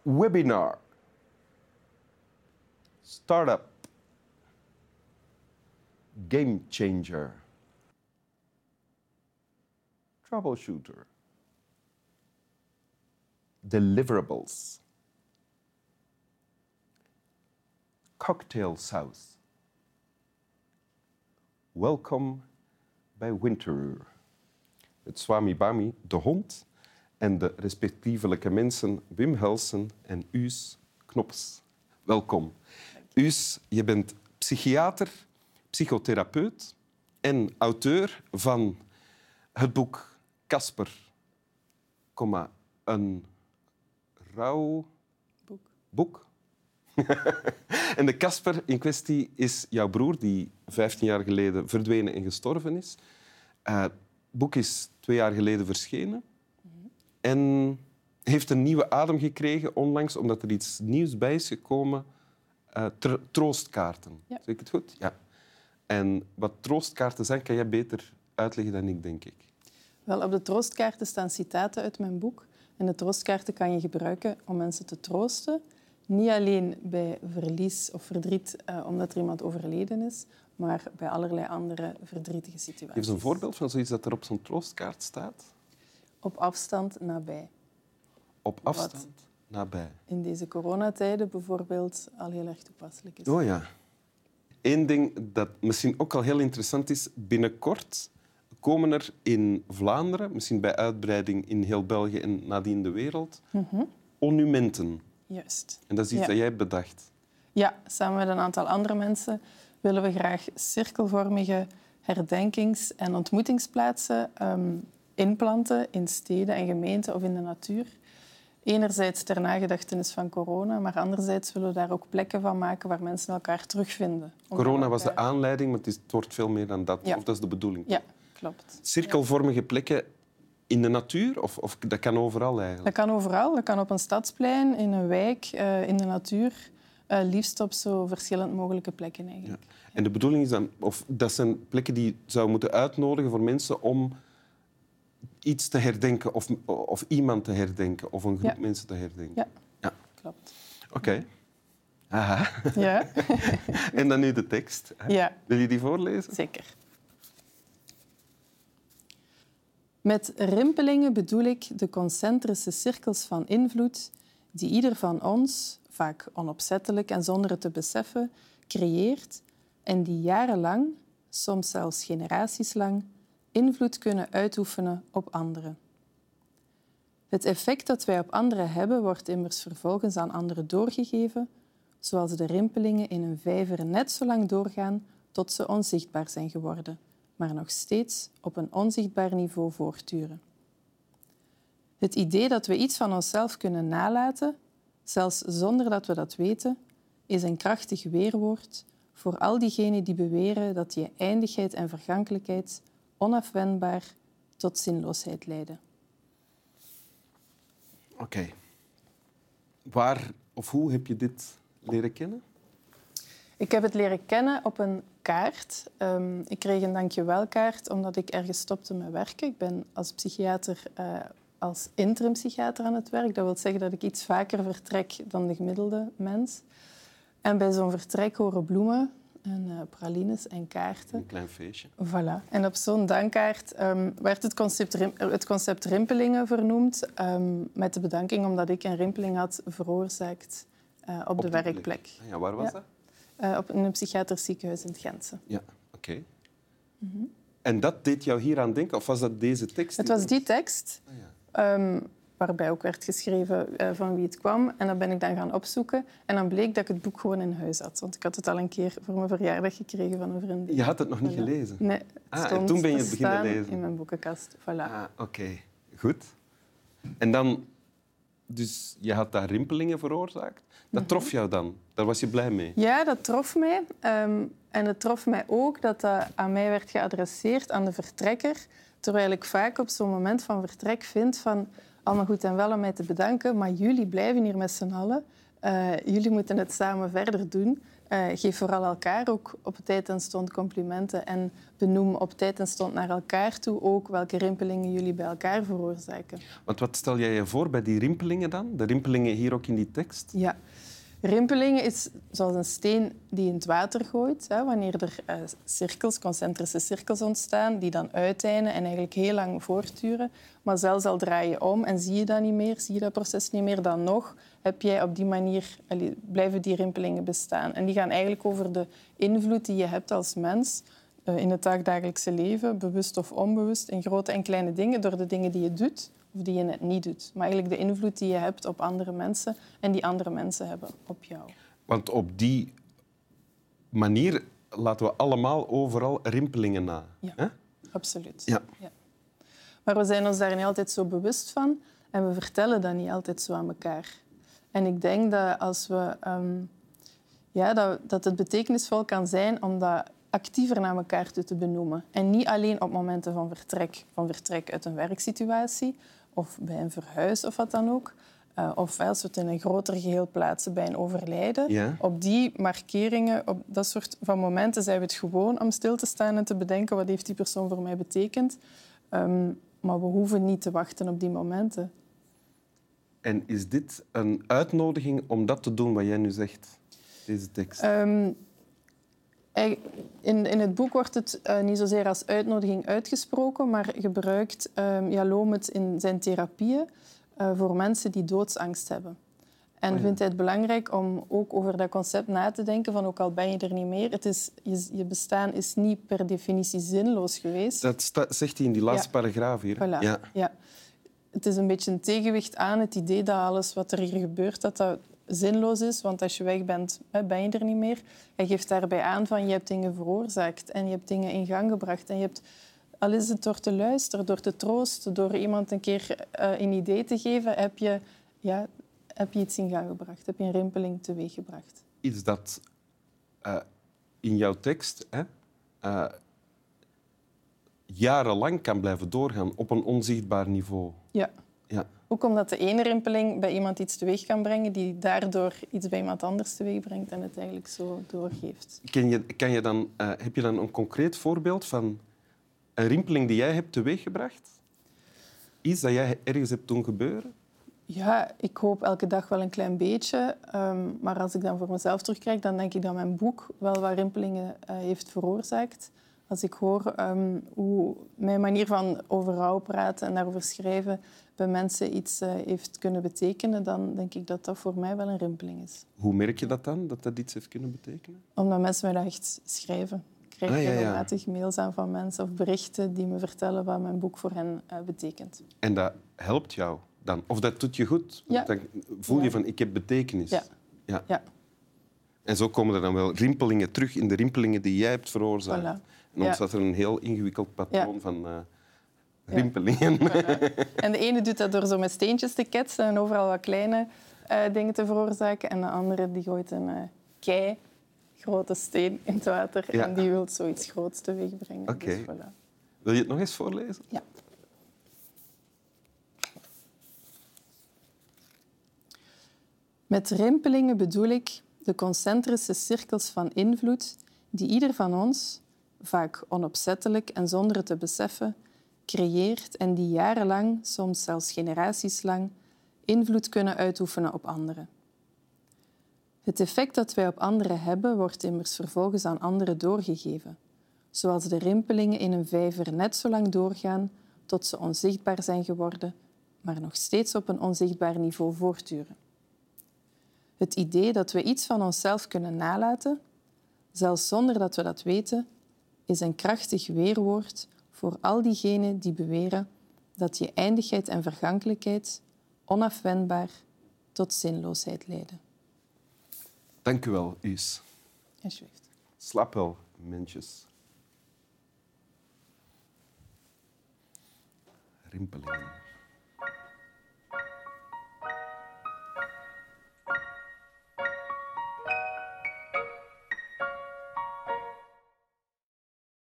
Webinar. Startup. Game changer. Troubleshooter. Deliverables. Cocktail sauce. Welkom bij Winteruur. Het Swami Bami, de hond, en de respectievelijke mensen Wim Helsen en Uus Knops. Welkom. Uus, je bent psychiater, psychotherapeut en auteur van het boek Casper, een rouw boek. En de Casper in kwestie is jouw broer, die 15 jaar geleden verdwenen en gestorven is. Het boek is 2 jaar geleden verschenen. En heeft een nieuwe adem gekregen onlangs, omdat er iets nieuws bij is gekomen. Troostkaarten. Ja. Zeg ik het goed? Ja. En wat troostkaarten zijn, kan jij beter uitleggen dan ik, denk ik. Wel, op de troostkaarten staan citaten uit mijn boek. En de troostkaarten kan je gebruiken om mensen te troosten. Niet alleen bij verlies of verdriet omdat er iemand overleden is, maar bij allerlei andere verdrietige situaties. Geef eens een voorbeeld van zoiets dat er op zo'n troostkaart staat. Op afstand, nabij. Op afstand, nabij. In deze coronatijden bijvoorbeeld al heel erg toepasselijk is. Oh ja. Eén ding dat misschien ook al heel interessant is. Binnenkort komen er in Vlaanderen, misschien bij uitbreiding in heel België en nadien de wereld, monumenten. Juist. En dat is iets dat jij hebt bedacht. Ja, samen met een aantal andere mensen willen we graag cirkelvormige herdenkings- en ontmoetingsplaatsen inplanten in steden en gemeenten of in de natuur. Enerzijds ter nagedachtenis van corona, maar anderzijds willen we daar ook plekken van maken waar mensen elkaar terugvinden. Corona was de aanleiding, maar het wordt veel meer dan dat. Ja. Of dat is de bedoeling? Ja, klopt. Cirkelvormige plekken in de natuur? Of dat kan overal eigenlijk? Dat kan overal. Dat kan op een stadsplein, in een wijk, in de natuur. Liefst op zo verschillend mogelijke plekken eigenlijk. Ja. En de bedoeling is dan... Of dat zijn plekken die je zou moeten uitnodigen voor mensen om iets te herdenken of iemand te herdenken of een groep mensen te herdenken. Ja. Klopt. Oké. Aha. Ja. En dan nu de tekst. Ja. Wil je die voorlezen? Zeker. Met rimpelingen bedoel ik de concentrische cirkels van invloed die ieder van ons, vaak onopzettelijk en zonder het te beseffen, creëert en die jarenlang, soms zelfs generaties lang, invloed kunnen uitoefenen op anderen. Het effect dat wij op anderen hebben, wordt immers vervolgens aan anderen doorgegeven, zoals de rimpelingen in een vijver net zo lang doorgaan tot ze onzichtbaar zijn geworden, maar nog steeds op een onzichtbaar niveau voortduren. Het idee dat we iets van onszelf kunnen nalaten, zelfs zonder dat we dat weten, is een krachtig weerwoord voor al diegenen die beweren dat je eindigheid en vergankelijkheid onafwendbaar tot zinloosheid leiden. Oké. Waar of hoe heb je dit leren kennen? Ik heb het leren kennen op een kaart. Ik kreeg een dankjewelkaart omdat ik ergens stopte met werken. Ik ben als psychiater, als interim-psychiater aan het werk. Dat wil zeggen dat ik iets vaker vertrek dan de gemiddelde mens. En bij zo'n vertrek horen bloemen en pralines en kaarten. Een klein feestje. Voilà. En op zo'n dankkaart werd het concept rimpelingen vernoemd, met de bedanking omdat ik een rimpeling had veroorzaakt op de werkplek. Ah, ja, waar was dat? In een psychiatrisch ziekenhuis in het Gentse. Ja, oké. En dat deed jou hier aan denken? Of was dat deze tekst? Het was die tekst, waarbij ook werd geschreven van wie het kwam. En dat ben ik dan gaan opzoeken. En dan bleek dat ik het boek gewoon in huis had. Want ik had het al een keer voor mijn verjaardag gekregen van een vriendin. Je had het nog niet gelezen? Nee, het stond en toen ben je het te beginnen staan lezen? in mijn boekenkast. Voilà. Oké. Goed. En dan... Dus je had daar rimpelingen veroorzaakt. Dat trof jou dan? Daar was je blij mee? Ja, dat trof mij. En het trof mij ook dat dat aan mij werd geadresseerd, aan de vertrekker. Terwijl ik vaak op zo'n moment van vertrek vind van... allemaal goed en wel om mij te bedanken, maar jullie blijven hier met z'n allen. Jullie moeten het samen verder doen. geef vooral elkaar ook op tijd en stond complimenten en benoem op tijd en stond naar elkaar toe ook welke rimpelingen jullie bij elkaar veroorzaken. Want wat stel jij je voor bij die rimpelingen dan? De rimpelingen hier ook in die tekst? Ja, rimpelingen is zoals een steen die in het water gooit. Hè, wanneer er cirkels, concentrische cirkels ontstaan, die dan uiteinden en eigenlijk heel lang voortduren. Maar zelfs al draai je om en zie je dat niet meer, zie je dat proces niet meer, dan nog heb jij op die manier, blijven die rimpelingen bestaan. En die gaan eigenlijk over de invloed die je hebt als mens in het dagdagelijkse leven, bewust of onbewust, in grote en kleine dingen, door de dingen die je doet of die je net niet doet. Maar eigenlijk de invloed die je hebt op andere mensen en die andere mensen hebben op jou. Want op die manier laten we allemaal overal rimpelingen na. Ja, hè? absoluut. Ja. Ja. Maar we zijn ons daar niet altijd zo bewust van en we vertellen dat niet altijd zo aan elkaar. En ik denk dat als we... dat het betekenisvol kan zijn om dat actiever naar elkaar toe te benoemen. En niet alleen op momenten van vertrek uit een werksituatie of bij een verhuis of wat dan ook. Of als we het in een groter geheel plaatsen bij een overlijden. Ja. Op die markeringen, op dat soort van momenten zijn we het gewoon om stil te staan en te bedenken wat heeft die persoon voor mij betekend. Maar we hoeven niet te wachten op die momenten. En is dit een uitnodiging om dat te doen wat jij nu zegt, deze tekst? In het boek wordt het niet zozeer als uitnodiging uitgesproken, maar gebruikt Jalom het in zijn therapieën voor mensen die doodsangst hebben. En vindt hij het belangrijk om ook over dat concept na te denken van ook al ben je er niet meer, je bestaan is niet per definitie zinloos geweest. Dat zegt hij in die laatste paragraaf hier. Voilà. Ja. Het is een beetje een tegenwicht aan het idee dat alles wat er hier gebeurt, dat zinloos is. Want als je weg bent, ben je er niet meer. Hij geeft daarbij aan van je hebt dingen veroorzaakt en je hebt dingen in gang gebracht. En je hebt, al is het door te luisteren, door te troosten, door iemand een keer een idee te geven, heb je iets in gang gebracht. Heb je een rimpeling teweeggebracht. Iets dat in jouw tekst jarenlang kan blijven doorgaan op een onzichtbaar niveau. Ja. Ja. Ook omdat de ene rimpeling bij iemand iets teweeg kan brengen die daardoor iets bij iemand anders teweeg brengt en het eigenlijk zo doorgeeft. Heb je dan een concreet voorbeeld van een rimpeling die jij hebt teweeggebracht? Iets dat jij ergens hebt doen gebeuren? Ja, ik hoop elke dag wel een klein beetje. Maar als ik dan voor mezelf terugkijk, dan denk ik dat mijn boek wel wat rimpelingen heeft veroorzaakt. Als ik hoor hoe mijn manier van over rouw praten en daarover schrijven bij mensen iets heeft kunnen betekenen, dan denk ik dat dat voor mij wel een rimpeling is. Hoe merk je dat dan, dat dat iets heeft kunnen betekenen? Omdat mensen mij dat echt schrijven. Ik krijg regelmatig mails aan van mensen of berichten die me vertellen wat mijn boek voor hen betekent. En dat helpt jou dan? Of dat doet je goed? Ja. Dan voel je van, ik heb betekenis. Ja. En zo komen er dan wel rimpelingen terug in de rimpelingen die jij hebt veroorzaakt. Voilà. En dan ontstaat er een heel ingewikkeld patroon van rimpelingen. Voilà. En de ene doet dat door zo met steentjes te ketsen en overal wat kleine dingen te veroorzaken. En de andere die gooit een grote steen in het water en die wil zoiets groots teweeg brengen. Oké. Dus voilà. Wil je het nog eens voorlezen? Ja. Met rimpelingen bedoel ik de concentrische cirkels van invloed die ieder van ons, vaak onopzettelijk en zonder het te beseffen, creëert en die jarenlang, soms zelfs generaties lang, invloed kunnen uitoefenen op anderen. Het effect dat wij op anderen hebben, wordt immers vervolgens aan anderen doorgegeven, zoals de rimpelingen in een vijver net zo lang doorgaan tot ze onzichtbaar zijn geworden, maar nog steeds op een onzichtbaar niveau voortduren. Het idee dat we iets van onszelf kunnen nalaten, zelfs zonder dat we dat weten, is een krachtig weerwoord voor al diegenen die beweren dat je eindigheid en vergankelijkheid onafwendbaar tot zinloosheid leiden. Dank u wel, Is. Alsjeblieft. Slaap wel, mensjes. Rimpelingen.